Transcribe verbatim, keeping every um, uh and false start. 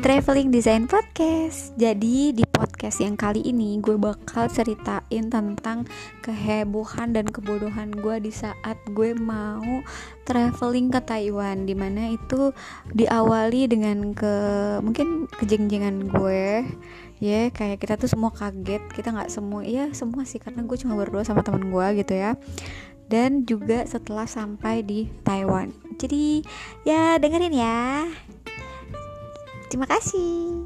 Traveling Design Podcast. Jadi di podcast yang kali ini gue bakal ceritain tentang kehebohan dan kebodohan gue di saat gue mau traveling ke Taiwan, dimana itu diawali dengan ke mungkin kejeng-jengan gue. Ya, kayak kita tuh semua kaget. Kita nggak semua, ya semua sih, karena gue cuma berdua sama teman gue gitu ya. Dan juga setelah sampai di Taiwan. Jadi ya dengerin ya. Terima kasih.